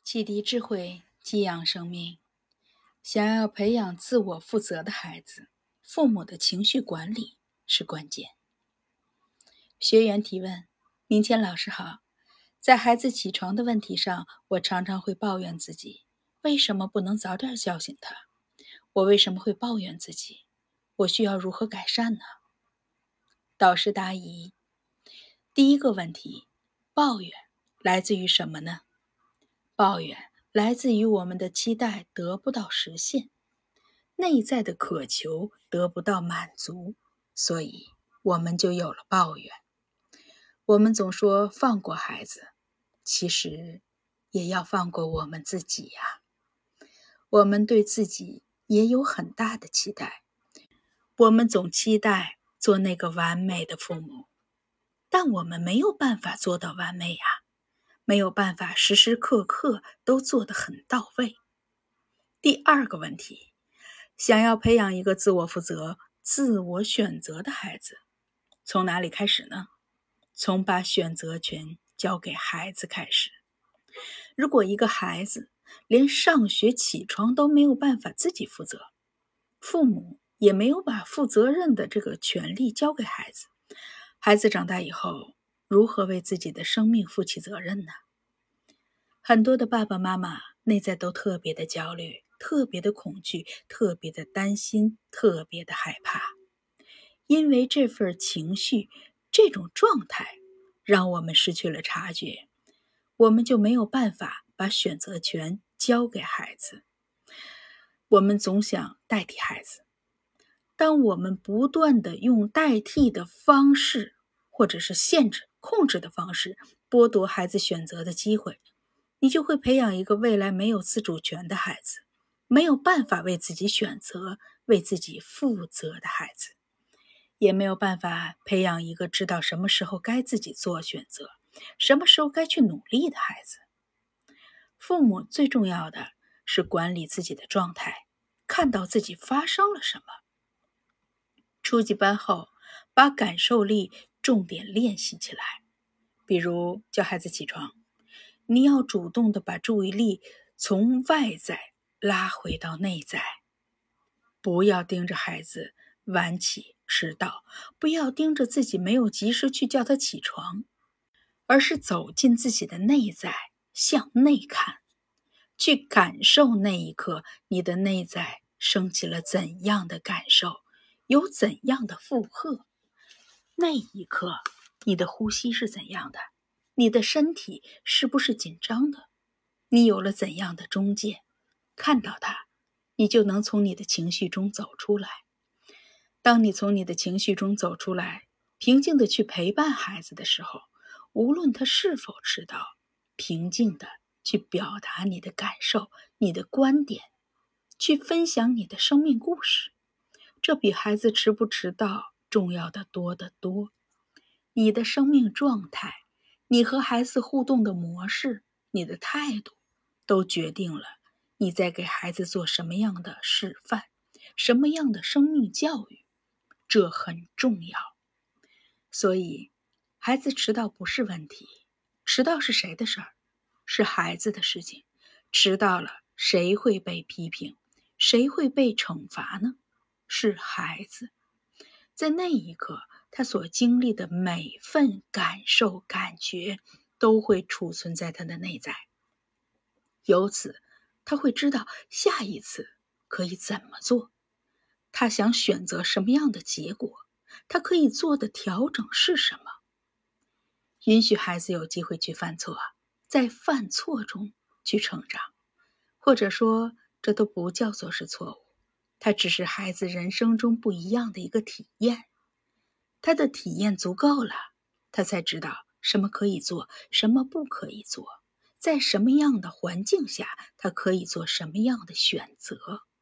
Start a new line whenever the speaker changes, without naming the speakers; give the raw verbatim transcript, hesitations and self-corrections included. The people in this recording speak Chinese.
启迪智慧，激扬生命。想要培养自我负责的孩子，父母的情绪管理是关键。学员提问：明谦老师好，在孩子起床的问题上，我常常会抱怨自己，为什么不能早点叫醒他？我为什么会抱怨自己？我需要如何改善呢？导师答疑：第一个问题，抱怨来自于什么呢？抱怨来自于我们的期待得不到实现，内在的渴求得不到满足，所以我们就有了抱怨。我们总说放过孩子，其实也要放过我们自己呀。我们对自己也有很大的期待，我们总期待做那个完美的父母，但我们没有办法做到完美呀。没有办法时时刻刻都做得很到位。第二个问题，想要培养一个自我负责、自我选择的孩子，从哪里开始呢？从把选择权交给孩子开始。如果一个孩子连上学起床都没有办法自己负责，父母也没有把负责任的这个权利交给孩子，孩子长大以后如何为自己的生命负起责任呢？很多的爸爸妈妈内在都特别的焦虑，特别的恐惧，特别的担心，特别的害怕。因为这份情绪，这种状态，让我们失去了察觉，我们就没有办法把选择权交给孩子。我们总想代替孩子，当我们不断的用代替的方式，或者是限制、控制的方式，剥夺孩子选择的机会，你就会培养一个未来没有自主权的孩子，没有办法为自己选择、为自己负责的孩子，也没有办法培养一个知道什么时候该自己做选择，什么时候该去努力的孩子。父母最重要的是管理自己的状态，看到自己发生了什么。初级班后，把感受力重点练习起来，比如叫孩子起床，你要主动的把注意力从外在拉回到内在，不要盯着孩子晚起迟到，不要盯着自己没有及时去叫他起床，而是走进自己的内在，向内看，去感受那一刻你的内在升起了怎样的感受，有怎样的负荷，那一刻你的呼吸是怎样的，你的身体是不是紧张的？你有了怎样的中介？看到它，你就能从你的情绪中走出来。当你从你的情绪中走出来，平静地去陪伴孩子的时候，无论他是否知道，平静地去表达你的感受、你的观点，去分享你的生命故事，这比孩子迟不迟到重要的多得多。你的生命状态，你和孩子互动的模式，你的态度，都决定了你在给孩子做什么样的示范，什么样的生命教育，这很重要。所以，孩子迟到不是问题，迟到是谁的事儿？是孩子的事情。迟到了，谁会被批评？谁会被惩罚呢？是孩子。在那一刻，他所经历的每份感受、感觉都会储存在他的内在。由此，他会知道下一次可以怎么做，他想选择什么样的结果，他可以做的调整是什么。允许孩子有机会去犯错，在犯错中去成长，或者说这都不叫做是错误，它只是孩子人生中不一样的一个体验。他的体验足够了，他才知道什么可以做，什么不可以做，在什么样的环境下他可以做什么样的选择。